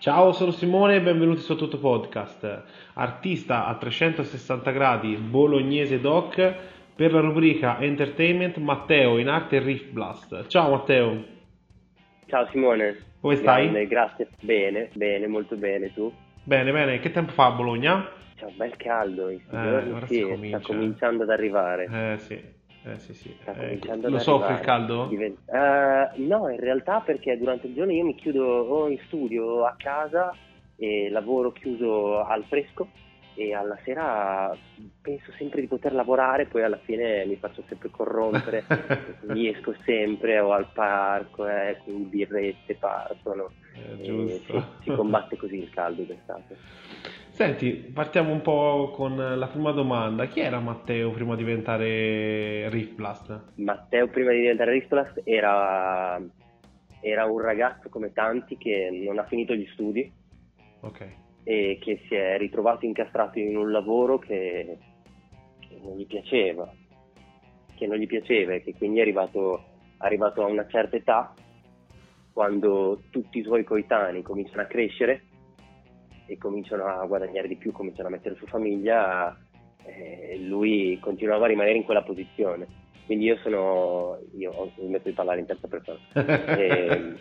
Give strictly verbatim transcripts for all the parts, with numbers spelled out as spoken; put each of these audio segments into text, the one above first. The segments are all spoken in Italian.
Ciao, sono Simone e benvenuti su Tutto Podcast, artista a trecentosessanta gradi bolognese doc per la rubrica Entertainment Matteo in arte Riff Blast. Ciao Matteo, Ciao Simone, come stai? grande, grazie. Bene, bene, molto bene. Tu? Bene, bene, che tempo fa a Bologna? C'è un bel caldo in questi Eh, giorni, ora si sì, sta comincia. cominciando ad arrivare. Eh sì, eh sì sì. Sta Eh, cominciando ad lo soffri il arrivare. caldo? Diven- Eh, no, in realtà perché durante il giorno io mi chiudo o in studio o a casa e lavoro chiuso al fresco e alla sera penso sempre di poter lavorare, poi alla fine mi faccio sempre corrompere e quindi esco sempre o al parco, eh, quindi birrette partono. Eh, E sì, si giusto. combatte così il caldo d'estate. Senti, partiamo un po' con la prima domanda. Chi era Matteo prima di diventare Riff Blast? Matteo prima di diventare Ristolas era, era un ragazzo come tanti che non ha finito gli studi Ok. e che si è ritrovato incastrato in un lavoro che, che non gli piaceva, che non gli piaceva e che quindi è arrivato, arrivato a una certa età, quando tutti i suoi coetanei cominciano a crescere e cominciano a guadagnare di più, cominciano a mettere su famiglia, eh, lui continuava a rimanere in quella posizione. Quindi io sono, io ho smesso di parlare in terza persona, e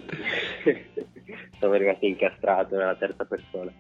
sono rimasto incastrato nella terza persona.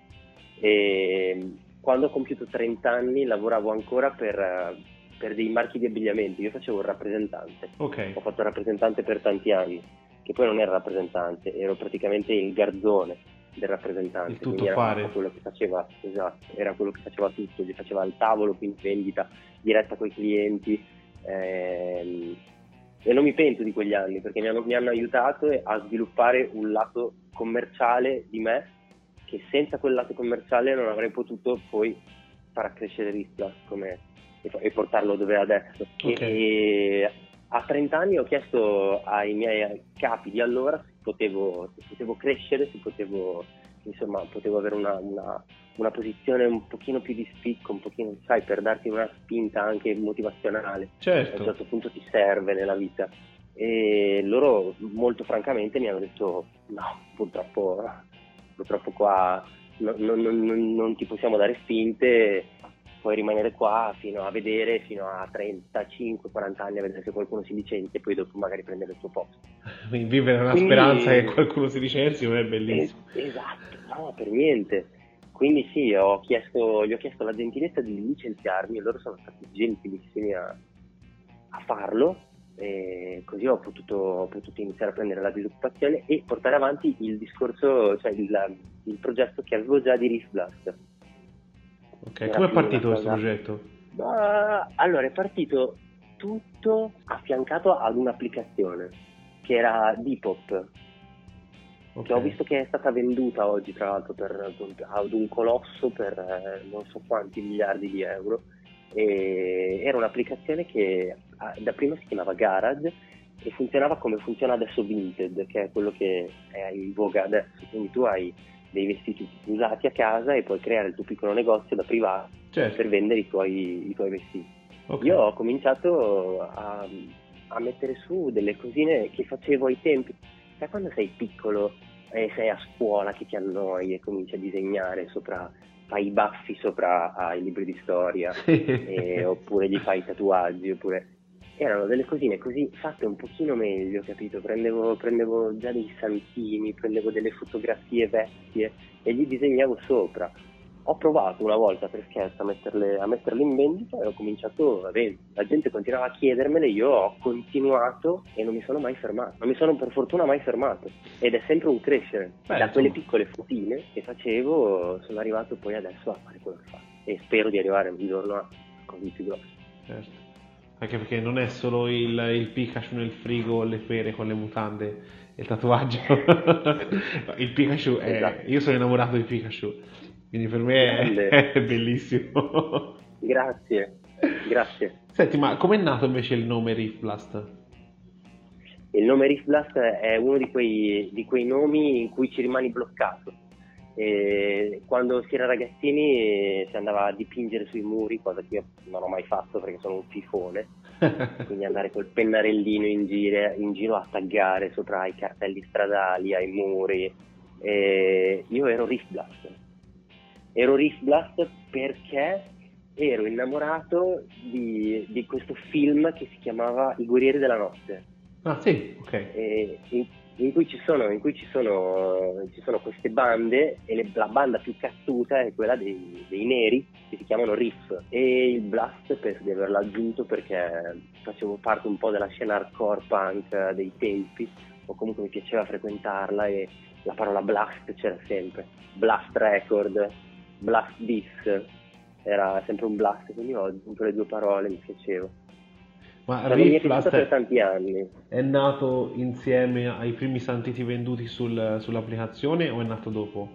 E quando ho compiuto trenta anni lavoravo ancora per, per dei marchi di abbigliamento, io facevo il rappresentante, Ok, ho fatto il rappresentante per tanti anni, che poi non era rappresentante, ero praticamente il garzone del il rappresentante, quindi era tuttofare. quello che faceva, esatto, era quello che faceva tutto, gli faceva il tavolo, quindi vendita diretta con i clienti, ehm, e non mi pento di quegli anni perché mi hanno, mi hanno aiutato a sviluppare un lato commerciale di me che senza quel lato commerciale non avrei potuto poi far crescere Ristlas come, e, e portarlo dove è adesso. Ok, E a trenta anni ho chiesto ai miei capi di allora se potevo, se potevo crescere, se potevo, insomma, potevo avere una, una, una posizione un pochino più di spicco, un pochino, sai, per darti una spinta anche motivazionale. A un certo. certo punto ti serve nella vita. E loro molto francamente mi hanno detto no, purtroppo, purtroppo qua no- no- no- no- non ti possiamo dare spinte, puoi rimanere qua fino a vedere, fino a trentacinque quaranta anni a vedere se qualcuno si licenzia e poi dopo magari prendere il tuo posto. Quindi vivere una speranza che Quindi, qualcuno si licenzi non è es- bellissimo. esatto, no, per niente. Quindi sì, ho chiesto, gli ho chiesto la gentilezza di licenziarmi e loro sono stati gentilissimi a, a farlo. E così ho potuto, ho potuto iniziare a prendere la disoccupazione e portare avanti il discorso, cioè il, il progetto che avevo già di Reef Blast, Ok, che era come è più una partito questo cosa. progetto? Ma allora è partito tutto affiancato ad un'applicazione che era Depop, che Ok, ho visto che è stata venduta oggi tra l'altro per, ad un colosso per eh, non so quanti miliardi di euro. E era un'applicazione che ah, da prima si chiamava Garage e funzionava come funziona adesso Vinted, che è quello che è in voga adesso. Quindi tu hai dei vestiti usati a casa e puoi creare il tuo piccolo negozio da privato certo, per vendere i tuoi, i tuoi vestiti. ok. Io ho cominciato a, a mettere su delle cosine che facevo ai tempi. Sai quando sei piccolo e sei a scuola che ti annoi e cominci a disegnare sopra, fai i baffi sopra ai libri di storia, e- oppure gli fai i tatuaggi, oppure erano delle cosine così fatte un pochino meglio, capito? Prendevo, prendevo già dei santini, prendevo delle fotografie vecchie e gli disegnavo sopra. Ho provato una volta per scherzo a metterle, a metterle in vendita e ho cominciato a vendere. La gente continuava a chiedermele, io ho continuato e non mi sono mai fermato. Non mi sono per fortuna mai fermato. Ed è sempre un crescere. E Beh, da quelle insomma, piccole fotine che facevo sono arrivato poi adesso a fare quello che faccio. E spero di arrivare un giorno a cose più grosse. certo. Anche perché non è solo il, il Pikachu nel frigo o le pere con le mutande e il tatuaggio. Il Pikachu è... Esatto. Io sono innamorato di Pikachu, quindi per me Grande. è, è bellissimo. Grazie. Grazie. Senti, ma com'è nato invece il nome Riff Blast? Il nome Riff Blast è uno di quei, di quei nomi in cui ci rimani bloccato. E quando si era ragazzini si andava a dipingere sui muri, cosa che io non ho mai fatto perché sono un fifone, quindi andare col pennarellino in giro, in giro a taggare sopra i cartelli stradali, ai muri. E io ero Riff Blast. Ero Riff Blast perché ero innamorato di, di questo film che si chiamava I Guerrieri della Notte. Ah, sì, ok. E in, in cui ci sono, in cui ci sono, ci sono queste bande e le- la banda più cazzuta è quella dei, dei neri che si chiamano Riff, e il Blast penso di averlo aggiunto perché facevo parte un po' della scena hardcore punk dei tempi, o comunque mi piaceva frequentarla, e la parola Blast c'era sempre. Blast Record, Blast Disc, era sempre un blast, quindi ho aggiunto le due parole, mi piaceva. Ma Cioè, non mi è Riff piaciuta Blast per è, tanti anni. è nato insieme ai primi santiti venduti sul- sull'applicazione o è nato dopo?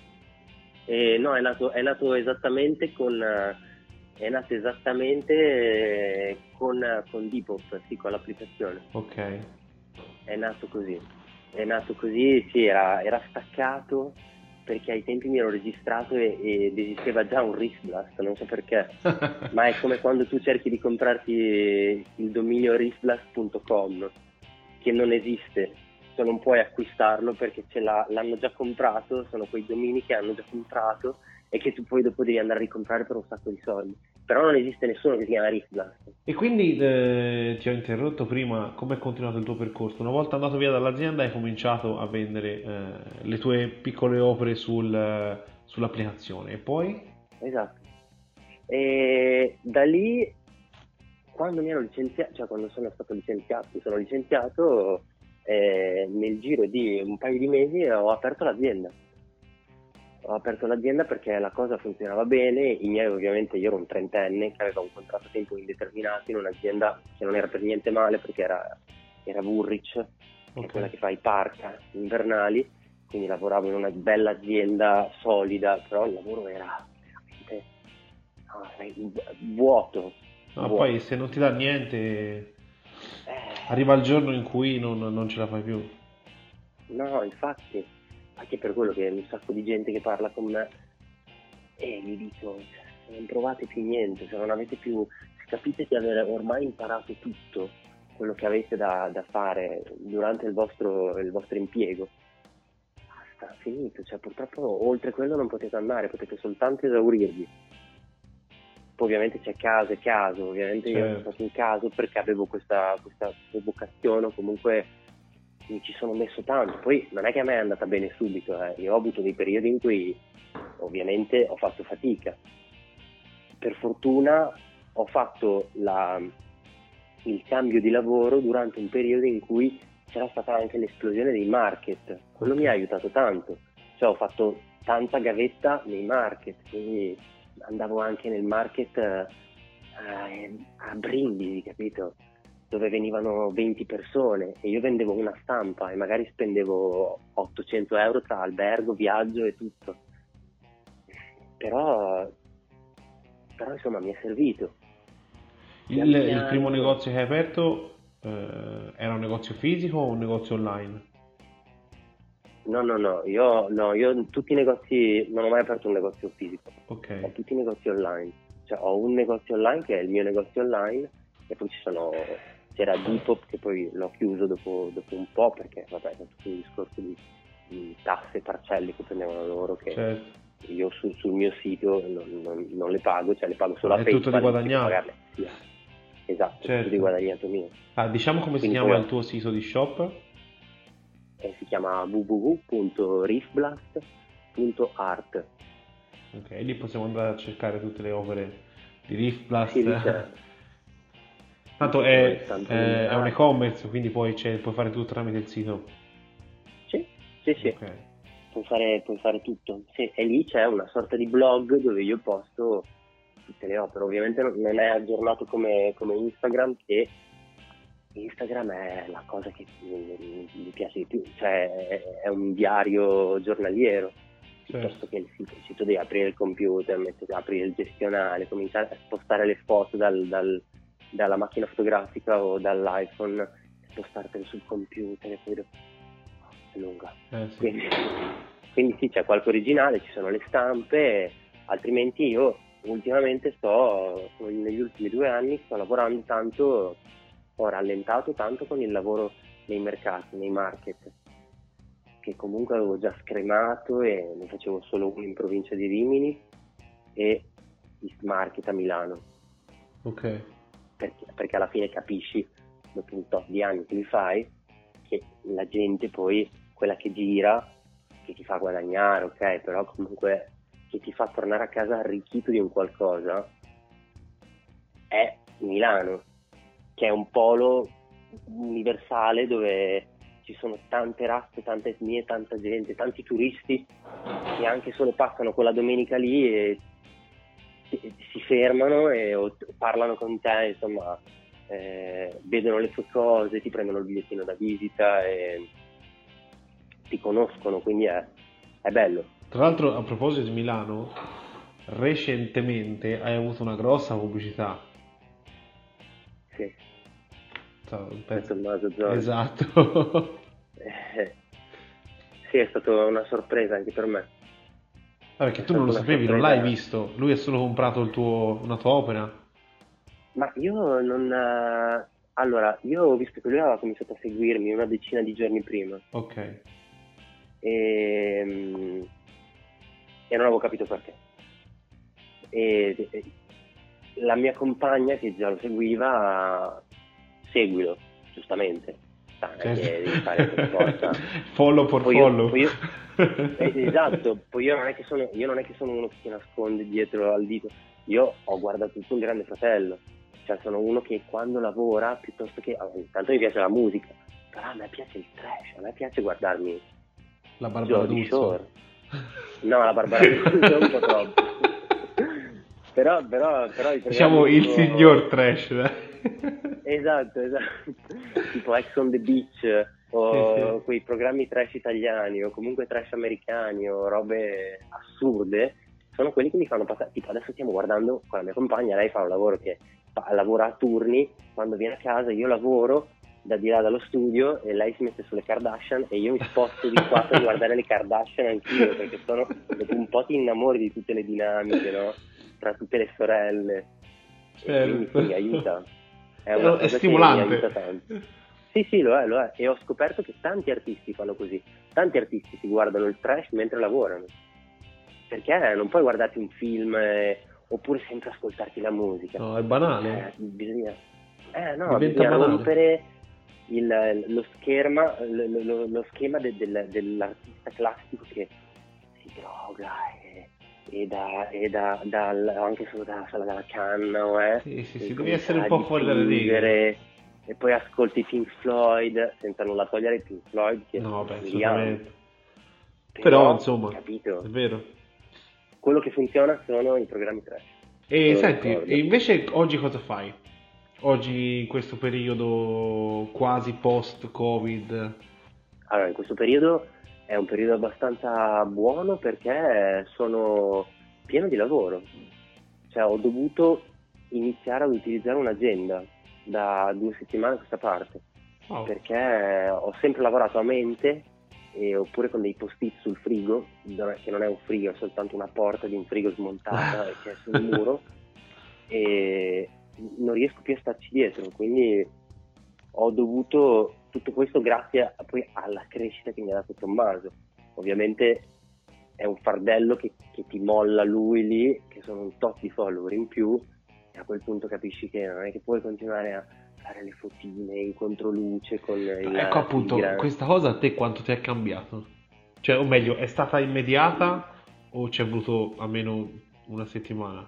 E no, è nato, è nato esattamente con, eh, è nato esattamente eh, con, con Depop, sì, con l'applicazione. Ok. È nato così. È nato così, sì, era, era staccato perché ai tempi mi ero registrato e, ed esisteva già un Riff Blast, non so perché. Ma è come quando tu cerchi di comprarti il dominio riffblast punto com, che non esiste, cioè non puoi acquistarlo perché ce l'ha- l'hanno già comprato, sono quei domini che hanno già comprato e che tu poi dopo devi andare a ricomprare per un sacco di soldi. Però non esiste nessuno che si chiama Riffblast. E quindi eh, ti ho interrotto prima, come è continuato il tuo percorso? Una volta andato via dall'azienda hai cominciato a vendere eh, le tue piccole opere sul- sull'applicazione e poi? Esatto. E da lì, quando mi ero licenziato, cioè quando sono stato licenziato, sono licenziato, eh, nel giro di un paio di mesi ho aperto l'azienda. Ho aperto l'azienda perché la cosa funzionava bene, i miei ovviamente, io ero un trentenne che aveva un contratto a tempo indeterminato in un'azienda che non era per niente male perché era, era Woolrich, che è Ok. quella che fa i park invernali, quindi lavoravo in una bella azienda solida, però il lavoro era veramente no, sai, vuoto, No, poi vuoto. se non ti dà niente Eh, arriva il giorno in cui non, non ce la fai più. no, infatti, anche per quello che un sacco di gente che parla con me e gli dico, se non provate più niente, se non avete più, se capite di aver ormai imparato tutto quello che avete da, da fare durante il vostro, il vostro impiego, basta, finito, cioè purtroppo oltre quello non potete andare, potete soltanto esaurirvi. Poi ovviamente c'è caso e caso, ovviamente io sono Certo. stato in caso perché avevo questa, questa vocazione, o comunque mi ci sono messo tanto, poi non è che a me è andata bene subito, eh. Io ho avuto dei periodi in cui ovviamente ho fatto fatica. Per fortuna ho fatto la- il cambio di lavoro durante un periodo in cui c'era stata anche l'esplosione dei market, quello Ok. mi ha aiutato tanto, cioè ho fatto tanta gavetta nei market, quindi andavo anche nel market eh, a Brindisi, capito? Dove venivano venti persone e io vendevo una stampa e magari spendevo ottocento euro tra albergo, viaggio e tutto. Però, però insomma mi è servito. Il, Piano il primo piano. negozio che hai aperto eh, era un negozio fisico o un negozio online? No, no, no, io, no, io tutti i negozi, non ho mai aperto un negozio fisico, Ok. ho tutti i negozi online. Cioè ho un negozio online che è il mio negozio online e poi ci sono, c'era Depop che poi l'ho chiuso dopo, dopo un po' perché vabbè è tutto un discorso di, di tasse, parcelle che prendevano loro che Certo. io su- sul mio sito non, non- non le pago, cioè le pago solo Ma a è tutto di PayPal invece che guadagnato. pagarle. Sì, esatto, tutto di Certo. guadagnato mio. Ah, diciamo come si Quindi poi chiama il ho tuo sito di shop? eh, si chiama w w w punto riffblast punto art. Ok, lì possiamo andare a cercare tutte le opere di Riff Sì, lì Blast. c'è, lì Tanto ci sono le è, stampe è- è un numerate. e-commerce, quindi poi c'è- puoi fare tutto tramite il sito. Sì, sì, sì, Ok, puoi fare, puoi fare tutto. Sì, e lì c'è una sorta di blog dove io posto tutte le opere. Ovviamente non non è aggiornato come, come Instagram, che Instagram è la cosa che mi, mi- mi piace di più, cioè è, è un diario giornaliero, piuttosto certo. che il sito. Il sito devi aprire il computer, mettere, aprire il gestionale, cominciare a spostare le foto dal- dal- dalla macchina fotografica o dall'iPhone, spostartele sul computer e poi dopo è lunga. Eh sì. Quindi, quindi sì, c'è qualche originale, ci sono le stampe, altrimenti io ultimamente sto, negli ultimi due anni, sto lavorando tanto, ho rallentato tanto con il lavoro nei mercati, nei market, che comunque avevo già scremato e ne facevo solo uno in provincia di Rimini e East Market a Milano. Ok. Perché, perché alla fine capisci, dopo un tot di anni che li fai, che la gente poi, quella che gira, che ti fa guadagnare, ok, però comunque che ti fa tornare a casa arricchito di un qualcosa, è Milano, che è un polo universale dove ci sono tante razze, tante etnie, tanta gente, tanti turisti che anche solo passano quella domenica lì e si fermano e o parlano con te, insomma, eh, vedono le tue cose, ti prendono il bigliettino da visita e ti conoscono, quindi è, è bello. Tra l'altro, a proposito di Milano, recentemente hai avuto una grossa pubblicità. Sì, Cioè, un per pezzo- Tommaso Zoni. Esatto. Eh, sì, è stata una sorpresa anche per me. Ah, perché È tu non stata lo una sapevi, non l'hai sorpresa. visto. Lui ha solo comprato il tuo, una tua opera. Ma io non... eh, Allora, io ho visto che lui aveva cominciato a seguirmi una decina di giorni prima Ok. e, mm, e non avevo capito perché. E, e la mia compagna, che già lo seguiva, seguilo, giustamente. Dai, non è che devi fare per forza. Follow for Poi io, follow. poi io- eh, esatto, poi io non è che sono, io non è che sono uno che si nasconde dietro al dito. Io ho guardato tutto un Grande Fratello, cioè sono uno che quando lavora, piuttosto che, allora, intanto mi piace la musica, però a me piace il trash, a me piace guardarmi La Barbara Jordi D'Urso. Shore. No, la Barbara D'Urso è un po' troppo. però, però, però i Diciamo programmi il tipo... signor trash, dai. Esatto, esatto. Tipo Ex on the Beach Sì, sì. o quei programmi trash italiani o comunque trash americani o robe assurde, sono quelli che mi fanno passare. Tipo adesso stiamo guardando con la mia compagna, lei fa un lavoro che fa, lavora a turni, quando viene a casa io lavoro da di là dallo studio e lei si mette sulle Kardashian e io mi sposto di qua per guardare le Kardashian anch'io, perché sono, dopo un po' ti innamori di tutte le dinamiche, no? Tra tutte le sorelle. E quindi Certo. sì, aiuta. È una È, è cosa che mi stimolante. aiuta tanto. Sì, sì, lo è, lo è. E ho scoperto che tanti artisti fanno così. Tanti artisti si guardano il trash mentre lavorano. Perché non puoi guardarti un film eh, oppure sempre ascoltarti la musica. No, è Cioè, banale. bisogna... Eh no, Diventa bisogna banale. rompere il- lo schema, lo, lo- lo schema de- del- dell'artista classico che si droga e, e da, e da- dal- anche solo dalla sala della canna o eh, Sì, sì, e sì, devi essere comincia un a po' fuori dalle righe. dipingere e poi ascolti Pink Floyd senza nulla togliere ai Pink Floyd che No, beh, li amo, assolutamente. Però, però insomma, è capito, vero. quello che funziona sono i programmi trash, E te lo senti, e ricordo. invece oggi cosa fai? Oggi in questo periodo quasi post-Covid? Allora, in questo periodo è un periodo abbastanza buono perché sono pieno di lavoro, cioè ho dovuto iniziare ad utilizzare un'agenda da due settimane a questa parte, Wow. perché ho sempre lavorato a mente e- oppure con dei post-it sul frigo, che non è un frigo, è soltanto una porta di un frigo smontata e che è sul muro, e non riesco più a starci dietro, quindi ho dovuto tutto questo grazie a- poi alla crescita che mi ha dato Tommaso. Ovviamente è un fardello che, che ti molla lui lì, che sono un tot di follower in più, e a quel punto capisci che non è che puoi continuare a fare le fotine in controluce con Ecco il appunto, filigrana. questa cosa a te quanto ti è cambiato? Cioè, o meglio, è stata immediata o ci è voluto almeno una settimana?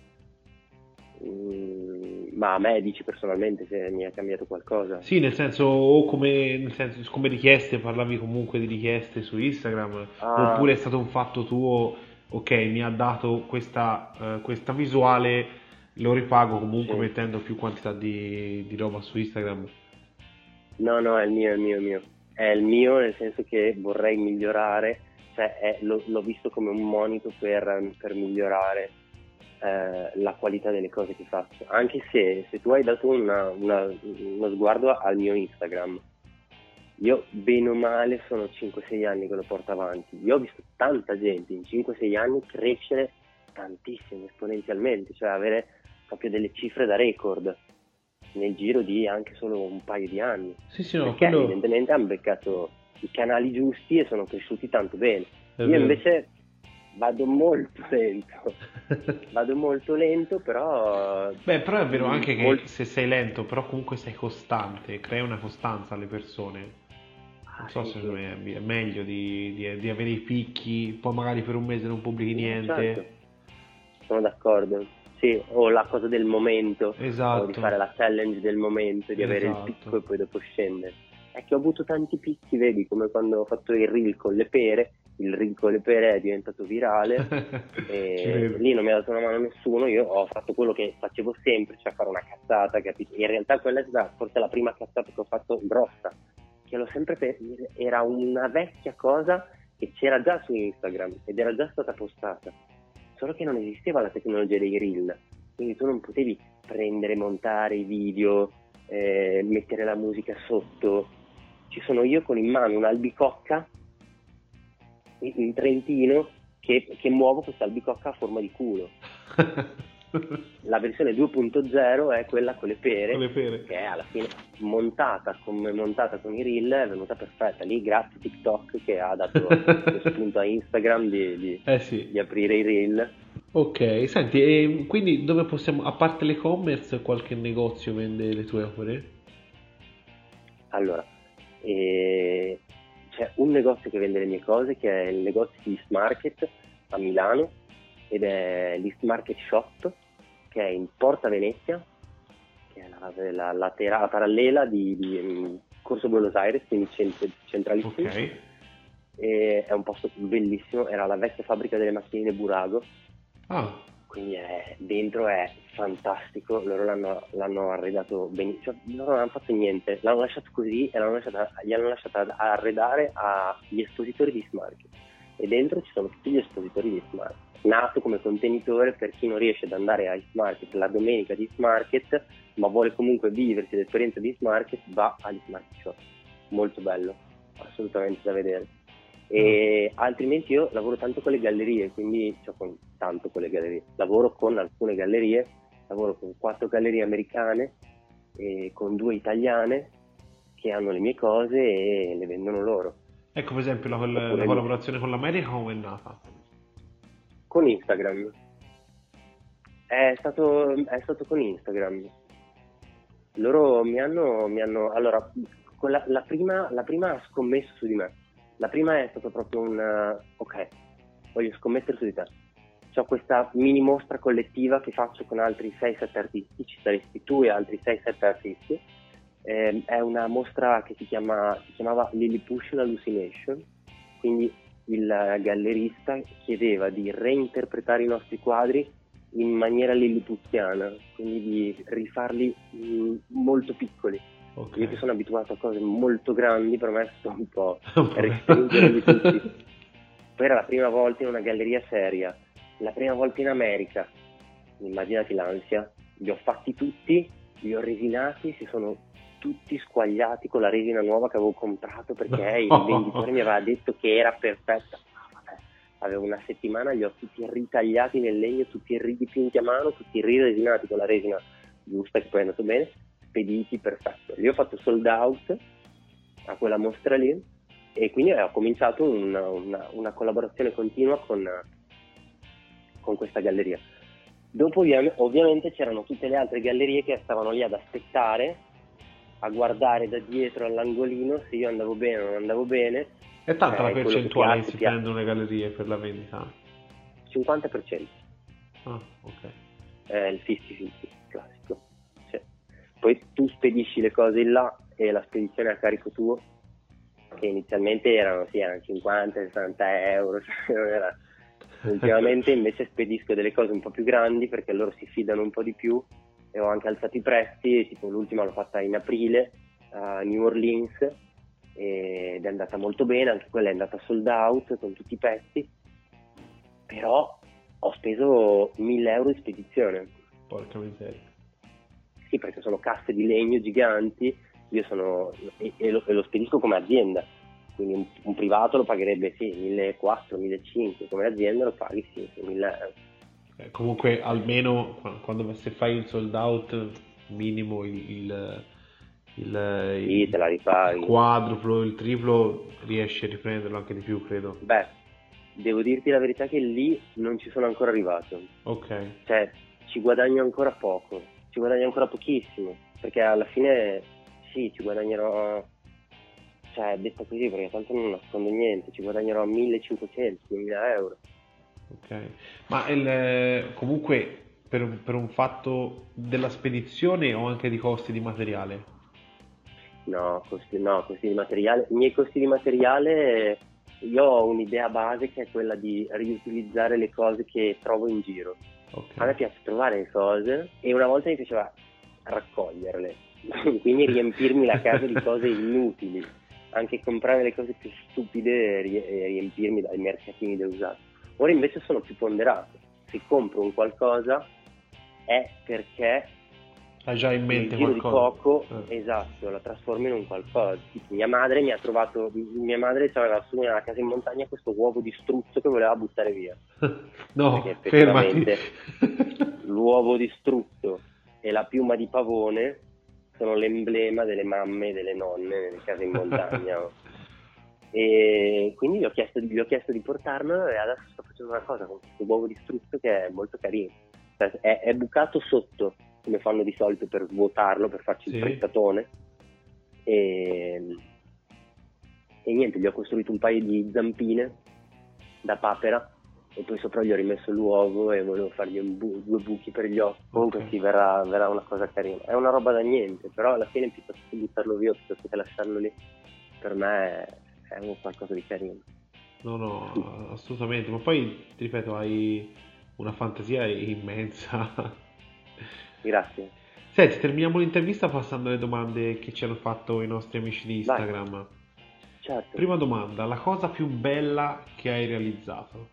Mm, ma a me dici personalmente se mi è cambiato qualcosa? Sì, nel senso, o come, nel senso, come richieste, parlavi comunque di richieste su Instagram, oppure Ah, è stato un fatto tuo, ok, mi ha dato questa, eh, questa visuale, lo ripago comunque sì. mettendo più quantità di, di roba su Instagram. No, no, è il mio, è il mio, è il mio. È il mio nel senso che vorrei migliorare, cioè è- lo- l'ho visto come un monito per, per migliorare eh, la qualità delle cose che faccio. Anche se, se tu hai dato una- una- uno sguardo al mio Instagram, io bene o male sono cinque sei anni che lo porto avanti. Io ho visto tanta gente in cinque sei anni crescere tantissimo, esponenzialmente, cioè avere proprio delle cifre da record nel giro di anche solo un paio di anni, Sì, sì, no, perché quello... evidentemente hanno beccato i canali giusti e sono cresciuti tanto bene. È Io vero. invece vado molto lento, vado molto lento, però... Beh, però è vero anche che Molto... se sei lento, però comunque sei costante, crei una costanza alle persone. Non Ah, so sì, se sì. è meglio di, di- di avere i picchi, poi magari per un mese non pubblichi No, certo, niente. sono d'accordo. Sì, o la cosa del momento, o di Esatto, fare la challenge del momento, di avere il picco esatto. e poi dopo scendere. È che ho avuto tanti picchi, vedi, come quando ho fatto il reel con le pere, il reel con le pere è diventato virale Ci e credo. lì non mi ha dato una mano nessuno, io ho fatto quello che facevo sempre, cioè fare una cazzata, capito? In realtà quella è stata forse la prima cazzata che ho fatto grossa, che l'ho sempre pe- era una vecchia cosa che c'era già su Instagram ed era già stata postata, solo che non esisteva la tecnologia dei reel, quindi tu non potevi prendere, montare i video, eh, mettere la musica sotto. Ci sono io con in mano un'albicocca in, in Trentino che, che muovo questa albicocca a forma di culo. La versione due punto zero è quella con le Con pere, le pere. che è alla fine montata come montata con i reel, è venuta perfetta. Lì grazie a TikTok che ha dato lo spunto a Instagram di, di- Eh di sì. aprire i reel. Ok, senti, e quindi dove possiamo, a parte l'e-commerce, qualche negozio vende le tue opere? Allora, eh, c'è un negozio che vende le mie cose, che è il negozio di East Market a Milano, ed è l'East Market Shop, che è in Porta Venezia, che è la, la, latera- la parallela di, di, mm, Corso Buenos Aires, quindi cent- centralissimo. Ok. E è un posto bellissimo, era la vecchia fabbrica delle macchinine Burago, Ah, quindi è- dentro è fantastico, loro l'hanno, l'hanno arredato benissimo, cioè, loro non hanno fatto niente, l'hanno lasciato così e l'hanno lasciata, gli hanno lasciato arredare agli espositori di Smart, e dentro ci sono tutti gli espositori di Smart, nato come contenitore per chi non riesce ad andare a East Market la domenica di East Market, ma vuole comunque viversi l'esperienza di East Market, va all'East Market Shop, molto bello, assolutamente da vedere. ah. E altrimenti io lavoro tanto con le gallerie, quindi cioè con, tanto con le gallerie, lavoro con alcune gallerie, lavoro con quattro gallerie americane e con due italiane che hanno le mie cose e le vendono loro, Ecco per esempio la, col- la oppure collaborazione con l'America come è nata? con Instagram. È stato, è stato con Instagram. Loro mi hanno, mi hanno allora, con la, la prima, la prima ha scommesso su di me. La prima è stato proprio un eh, ok, voglio scommettere su di te. C'ho questa mini mostra collettiva che faccio con altri sei sette artisti, ci saresti tu e altri sei sette artisti. Eh, è una mostra che si chiama, si chiamava Lilliputian Hallucination, quindi il gallerista chiedeva di reinterpretare i nostri quadri in maniera lilliputiana, quindi di rifarli mh, molto piccoli. Ok. Io che sono abituato a cose molto grandi, per me è stato un po' Un po'. restringerli tutti. Poi era la prima volta in una galleria seria, la prima volta in America, immaginati l'ansia, li ho fatti tutti, li ho resinati, si sono tutti squagliati con la resina nuova che avevo comprato perché il venditore mi aveva detto che era perfetta. Ah, vabbè. Avevo una settimana, li ho tutti ritagliati nel legno, tutti ridipinti a mano, tutti riresinati con la resina giusta, che poi è andato bene, spediti, perfetto. Li ho fatto sold out a quella mostra lì e quindi ho cominciato una, una, una collaborazione continua con, con questa galleria. Dopo ovviamente c'erano tutte le altre gallerie che stavano lì ad aspettare, a guardare da dietro all'angolino se io andavo bene o non andavo bene, È tanta la cioè quello che percentuale che piace, si piace. prendono le gallerie per la vendita? cinquanta per cento Ah, ok. è il cinquanta cinquanta classico. Sì. Poi tu spedisci le cose in là e la spedizione è a carico tuo, che inizialmente erano, sì, erano cinquanta sessanta euro, cioè non era... Ultimamente invece spedisco delle cose un po' più grandi perché loro si fidano un po' di più e ho anche alzato i prezzi, tipo l'ultima l'ho fatta in aprile a New Orleans ed è andata molto bene, anche quella è andata sold out con tutti i pezzi, però ho speso mille euro in spedizione. Porca miseria. Sì, perché sono casse di legno giganti, io sono e, e, lo, e lo spedisco come azienda. Quindi un, un privato lo pagherebbe sì, millequattrocento, millecinquecento, come azienda lo paghi sì, mille euro. Eh, comunque almeno qua- quando se fai il sold out minimo il, il- il, Sì, te la il ripaghi. quadruplo, il triplo, riesci a riprenderlo anche di più, credo. Beh, devo dirti la verità che lì non ci sono ancora arrivato. Ok. Cioè, ci guadagno ancora poco, ci guadagno ancora pochissimo, perché alla fine sì, ci guadagnerò, cioè, detto così, perché tanto non nascondo niente, ci guadagnerò millecinquecento, duemila euro. Ok, ma il, comunque per, per un fatto della spedizione o anche di costi di materiale? No, costi, no, costi di materiale. I miei costi di materiale, io ho un'idea base che è quella di riutilizzare le cose che trovo in giro. Ok, A me piace trovare le cose e una volta mi piaceva raccoglierle, quindi riempirmi la casa di cose inutili, anche comprare le cose più stupide e rie- e riempirmi dai mercatini da usato. Ora invece sono più ponderato. Se compro un qualcosa è perché hai già in nel mente giro di qualcosa? poco, Eh. esatto, la trasformo in un qualcosa. Tipo, mia madre mi ha trovato, mia madre aveva su nella casa in montagna questo uovo di struzzo che voleva buttare via, perché No, fermati. effettivamente l'uovo di struzzo e la piuma di pavone sono l'emblema delle mamme e delle nonne nelle case in montagna. E quindi gli ho chiesto, gli ho chiesto di portarmelo e adesso sto facendo una cosa con questo uovo di struzzo che è molto carino. Cioè, è, è bucato sotto, come fanno di solito per svuotarlo, per farci il Sì? frittatone. E, e niente, gli ho costruito un paio di zampine da papera e poi sopra gli ho rimesso l'uovo e volevo fargli un bu- due buchi per gli occhi. Comunque Ok. sì, verrà, verrà una cosa carina. È una roba da niente, però alla fine piuttosto che buttarlo via, piuttosto che lasciarlo lì, per me è un qualcosa di carino. No, no, assolutamente. Ma poi, ti ripeto, hai una fantasia immensa. Grazie. Senti, terminiamo l'intervista passando alle domande che ci hanno fatto i nostri amici di Vai, Instagram. certo. Prima domanda, la cosa più bella che hai realizzato?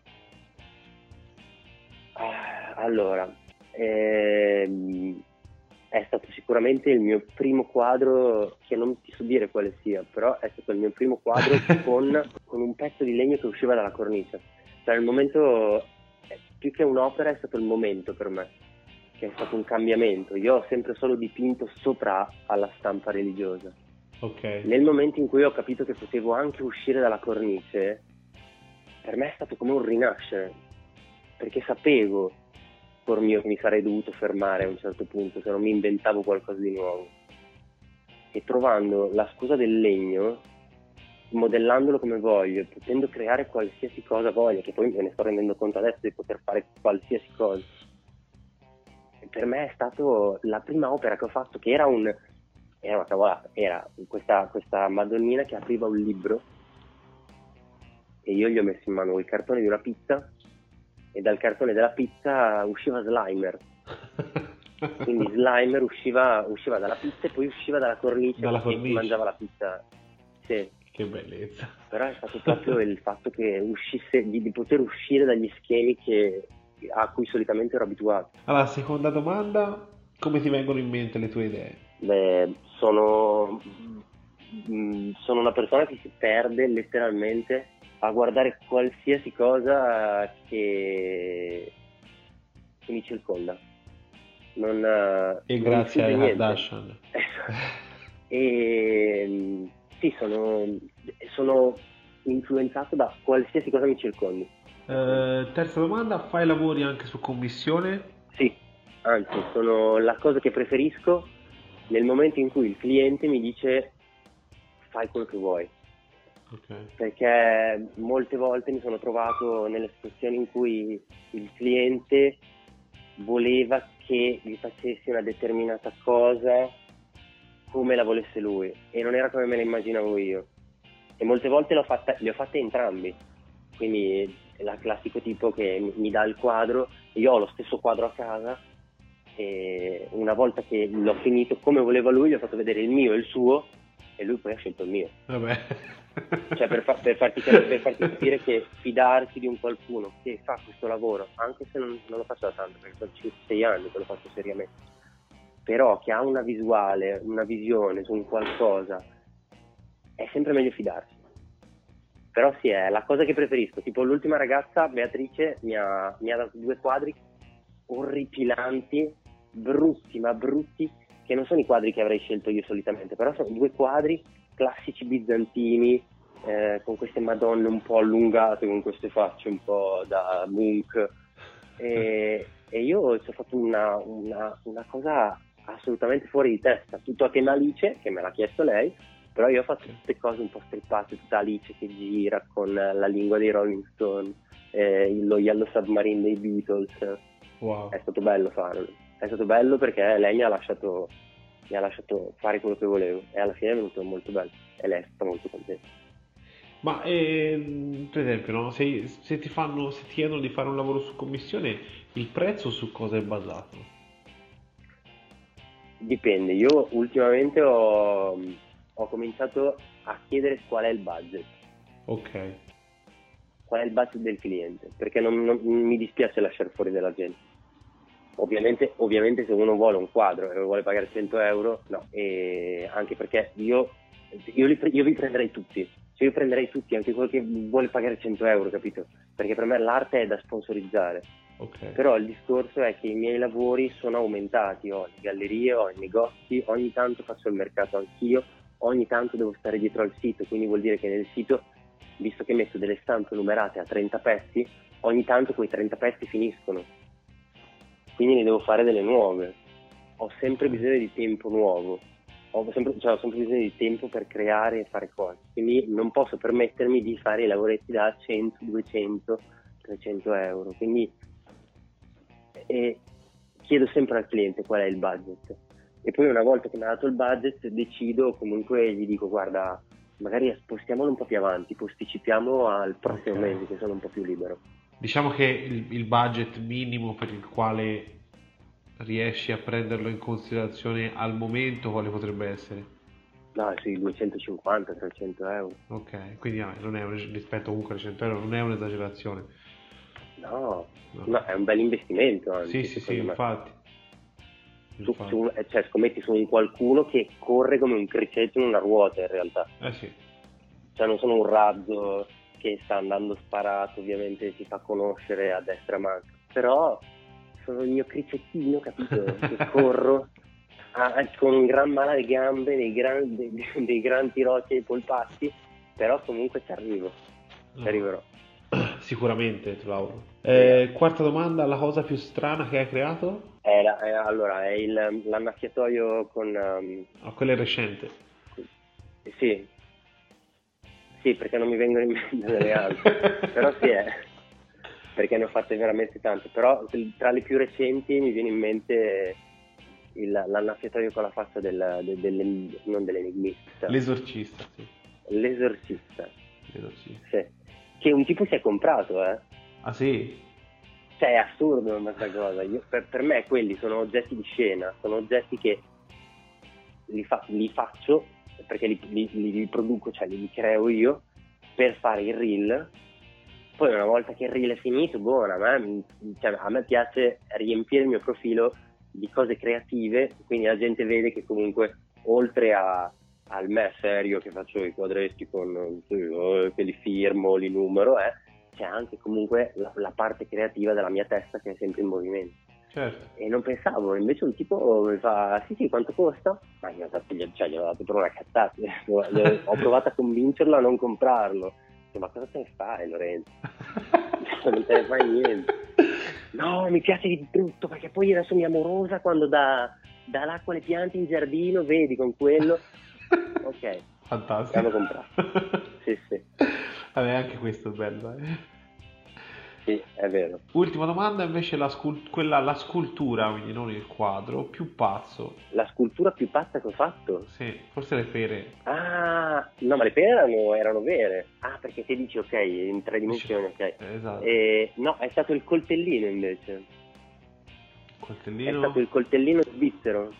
Ah, Allora, ehm, è stato sicuramente il mio primo quadro, che non ti so dire quale sia, però è stato il mio primo quadro con, con un pezzo di legno che usciva dalla cornice. Cioè il momento, eh, più che un'opera, è stato il momento per me, che è stato un cambiamento. Io ho sempre solo dipinto sopra alla stampa religiosa. Ok, Nel momento in cui ho capito che potevo anche uscire dalla cornice, per me è stato come un rinascere, perché sapevo, por mio, che mi sarei dovuto fermare a un certo punto se non mi inventavo qualcosa di nuovo. E trovando la scusa del legno, modellandolo come voglio, potendo creare qualsiasi cosa voglio, che poi me ne sto rendendo conto adesso di poter fare qualsiasi cosa. E per me è stato la prima opera che ho fatto, che era un era una cavolata, era questa, questa Madonnina che apriva un libro e io gli ho messo in mano il cartone di una pizza e dal cartone della pizza usciva Slimer. Quindi Slimer usciva, usciva dalla pizza e poi usciva dalla cornice dalla e si cornice. mangiava la pizza. Sì, Che bellezza. però è stato proprio il fatto che uscisse, di, di poter uscire dagli schemi che, a cui solitamente ero abituato. Allora, seconda domanda, come ti vengono in mente le tue idee? Beh, sono, mm, sono una persona che si perde letteralmente a guardare qualsiasi cosa che, che mi circonda. Non, eh, E non mi grazie sfugge ai niente. Kardashian. E mm, sì, sono, sono influenzato da qualsiasi cosa mi circondi. Ecco. Eh, terza domanda, fai lavori anche su commissione? Sì, anzi, sono la cosa che preferisco nel momento in cui il cliente mi dice fai quello che vuoi. Ok. Perché molte volte mi sono trovato nelle situazioni in cui il cliente voleva che gli facessi una determinata cosa come la volesse lui e non era come me la immaginavo io. E molte volte l'ho fatta, le ho fatte entrambi. Quindi è la classico tipo che mi, mi dà il quadro, io ho lo stesso quadro a casa e una volta che l'ho finito come voleva lui, gli ho fatto vedere il mio e il suo e lui poi ha scelto il mio. Vabbè. Cioè per, fa- per farti, cap- per farti capire che fidarsi di un qualcuno che fa questo lavoro, anche se non, non lo faccio da tanto, perché sono cinque sei anni che lo faccio seriamente, però che ha una visuale, una visione su un qualcosa, è sempre meglio fidarsi. Però sì, è la cosa che preferisco. Tipo l'ultima ragazza, Beatrice, mi ha, mi ha dato due quadri orripilanti, brutti, ma brutti, che non sono i quadri che avrei scelto io solitamente, però sono due quadri classici bizantini, eh, con queste madonne un po' allungate, con queste facce un po' da Munch, e, e io ci ho fatto una, una, una cosa assolutamente fuori di testa, tutto a tema Alice, che me l'ha chiesto lei, però io ho fatto tutte cose un po' strippate, tutta Alice che gira con la lingua dei Rolling Stone, eh, lo Yellow Submarine dei Beatles. Wow. È stato bello farlo, è stato bello perché lei mi ha lasciato mi ha lasciato fare quello che volevo e alla fine è venuto molto bello e lei è stata molto contenta. Ma ehm, per esempio, no, se, se ti fanno, se ti chiedono di fare un lavoro su commissione, il prezzo su cosa è basato? Dipende, io ultimamente ho, ho cominciato a chiedere qual è il budget, Ok. qual è il budget del cliente, perché non, non- non mi dispiace lasciare fuori della gente. Ovviamente, ovviamente se uno vuole un quadro e vuole pagare cento euro, no, e anche perché io, io, li pre- io vi prenderei tutti, cioè io prenderei tutti, anche quello che vuole pagare cento euro, capito? Perché per me l'arte è da sponsorizzare. Ok. Però il discorso è che i miei lavori sono aumentati, ho le gallerie, ho i negozi, ogni tanto faccio il mercato anch'io, ogni tanto devo stare dietro al sito, quindi vuol dire che nel sito, visto che metto delle stampe numerate a trenta pezzi, ogni tanto quei trenta pezzi finiscono, quindi ne devo fare delle nuove. Ho sempre bisogno di tempo nuovo, ho sempre, cioè, ho sempre bisogno di tempo per creare e fare cose, quindi non posso permettermi di fare i lavoretti da cento, duecento, trecento euro, quindi e chiedo sempre al cliente qual è il budget e poi una volta che mi ha dato il budget decido, comunque gli dico guarda, magari spostiamolo un po' più avanti, posticipiamo al prossimo Ok. mese che sono un po' più libero. Diciamo che il, il budget minimo per il quale riesci a prenderlo in considerazione al momento, quale potrebbe essere? No, sui duecentocinquanta trecento euro. Ok, quindi ah, non è un, rispetto comunque ai cento euro, non è un'esagerazione. No, No. no, è un bel investimento Sì, anzi, sì, sì, secondo me. infatti. Su, Infatti. su- eh, cioè, scommetti su un qualcuno che corre come un criceto in una ruota in realtà. Eh sì. Cioè non sono un razzo che sta andando sparato, ovviamente si fa conoscere a destra e a manca, però sono il mio cricettino, capito? Che corro a- con un gran male alle gambe, dei gran, dei, dei gran tirocchi ai polpacci, però comunque ci arrivo, ci No. arriverò. Sicuramente, tra l'altro. Esatto. Eh, quarta domanda, la cosa più strana che hai creato? È la- è- allora, è il, l'annaffiatoio con... um, Ah, quella è recente. sì, sì, perché non mi vengono in mente delle altre, però sì è, perché ne ho fatte veramente tante, però tra le più recenti mi viene in mente il, l'annaffiatoio con la faccia del, del, del- non dell'enigmista, L'esorcista, sì. l'esorcista, L'esorcista. sì, che un tipo si è comprato, eh. Ah sì? Cioè è assurdo questa cosa. Io- per, per me quelli sono oggetti di scena, sono oggetti che li, fa- li faccio perché li, li, li riproduco, cioè li creo io per fare il reel. Poi una volta che il reel è finito, buona, a me, cioè, a me piace riempire il mio profilo di cose creative, quindi la gente vede che comunque oltre a, al me serio che faccio i quadretti con eh, che li firmo, li numero, eh, c'è anche comunque la, la parte creativa della mia testa che è sempre in movimento. Certo. E non pensavo, invece un tipo mi fa sì sì quanto costa? Ma gli ho dato, cioè, gli ho dato per una cazzata. Ho provato a convincerlo a non comprarlo. Ma cosa te ne fai, Lorenzo? Non te ne fai niente. No, mi piace di brutto perché poi adesso mi amorosa quando dà, dà l'acqua alle piante in giardino, vedi con quello. Ok, Fantastico. l'hanno comprato. Sì, sì, Vabbè, anche questo è bello, eh. sì, è vero. Ultima domanda invece la, scul- quella, la scultura, quindi non il quadro, più pazzo. La scultura più pazza che ho fatto? Sì, forse le pere. Ah, no, ma le pere erano, erano vere. Ah, perché ti dici, ok, in tre Dici- dimensioni, ok. eh, esatto. E, no, è stato il coltellino invece. È Coltellino. stato il coltellino svizzero.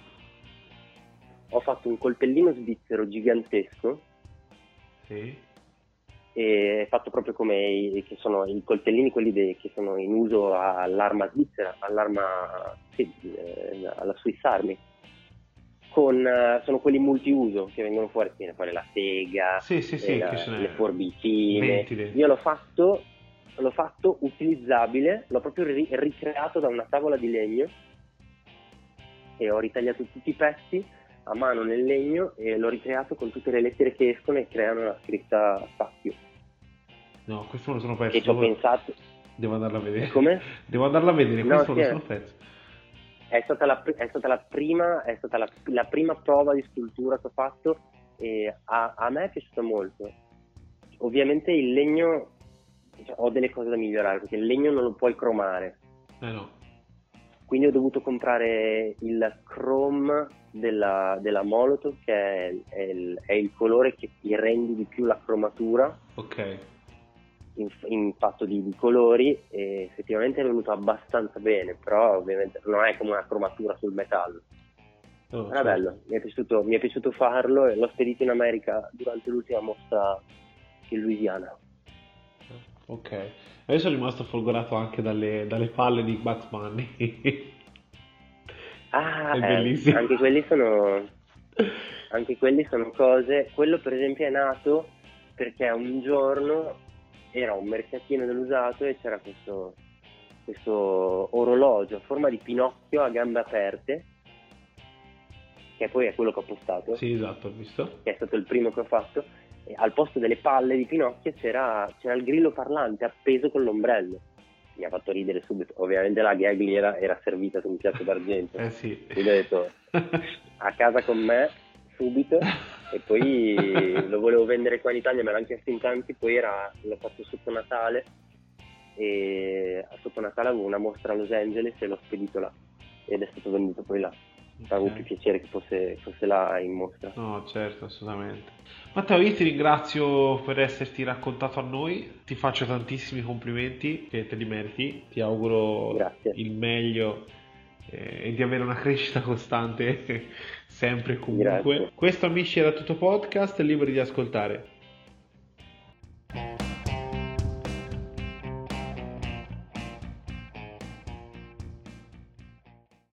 Ho fatto un coltellino svizzero gigantesco Sì. e è fatto proprio come i, che sono i coltellini quelli de- che sono in uso all'arma svizzera, all'arma, sì, eh, alla Swiss Army. Con, eh, sono quelli multiuso che vengono fuori, viene fuori la sega, Sì, sì, e sì, che la- ce le n'è forbicine. venti dentro. Io l'ho fatto, l'ho fatto utilizzabile, l'ho proprio ri- ricreato da una tavola di legno che ho ritagliato tutti i pezzi a mano nel legno e l'ho ricreato con tutte le lettere che escono e creano la scritta spazio. No, questo me lo sono perso. Che ci ho Devo, pensato. devo andarla a vedere. Come? Devo andarla a vedere, No, questo sì, me lo è, sono perso. è stata la, pri- è stata la prima, è stata la, la prima prova di scultura che ho fatto e a, a me è piaciuto molto. Ovviamente il legno, cioè, ho delle cose da migliorare perché il legno non lo puoi cromare. Eh no. Quindi ho dovuto comprare il chrome della, della Molotov, che è, è, il, è il colore che ti rende di più la cromatura Ok. in, in fatto di, di colori, e effettivamente è venuto abbastanza bene, però ovviamente non è come una cromatura sul metallo. Oh, Era certo. bello, mi è piaciuto, mi è piaciuto farlo e l'ho spedito in America durante l'ultima mostra in Louisiana. Ok. Io sono rimasto folgorato anche dalle, dalle palle di Bugs Bunny. Ah, È eh, bellissimo. anche quelli sono anche quelli sono cose. Quello per esempio è nato perché un giorno era un mercatino dell'usato e c'era questo, questo orologio a forma di Pinocchio a gambe aperte, che poi è quello che ho postato, Sì, esatto, ho visto. che è stato il primo che ho fatto, e al posto delle palle di Pinocchio c'era, c'era il grillo parlante appeso con l'ombrello. Mi ha fatto ridere subito. Ovviamente la gag lì era, era servita su un piatto d'argento. Eh sì. Quindi ho detto a casa con me subito, e poi lo volevo vendere qua in Italia, me l'hanno chiesto in tanti, poi era, l'ho fatto sotto Natale, e sotto Natale avevo una mostra a Los Angeles e l'ho spedito là ed è stato venduto poi là. Avevo Ok. più piacere che fosse, fosse là in mostra. No, certo, assolutamente. Matteo, io ti ringrazio per esserti raccontato a noi, ti faccio tantissimi complimenti che te li meriti, ti auguro Grazie. il meglio eh, e di avere una crescita costante sempre e comunque. Grazie. Questo amici era tutto podcast, liberi di ascoltare.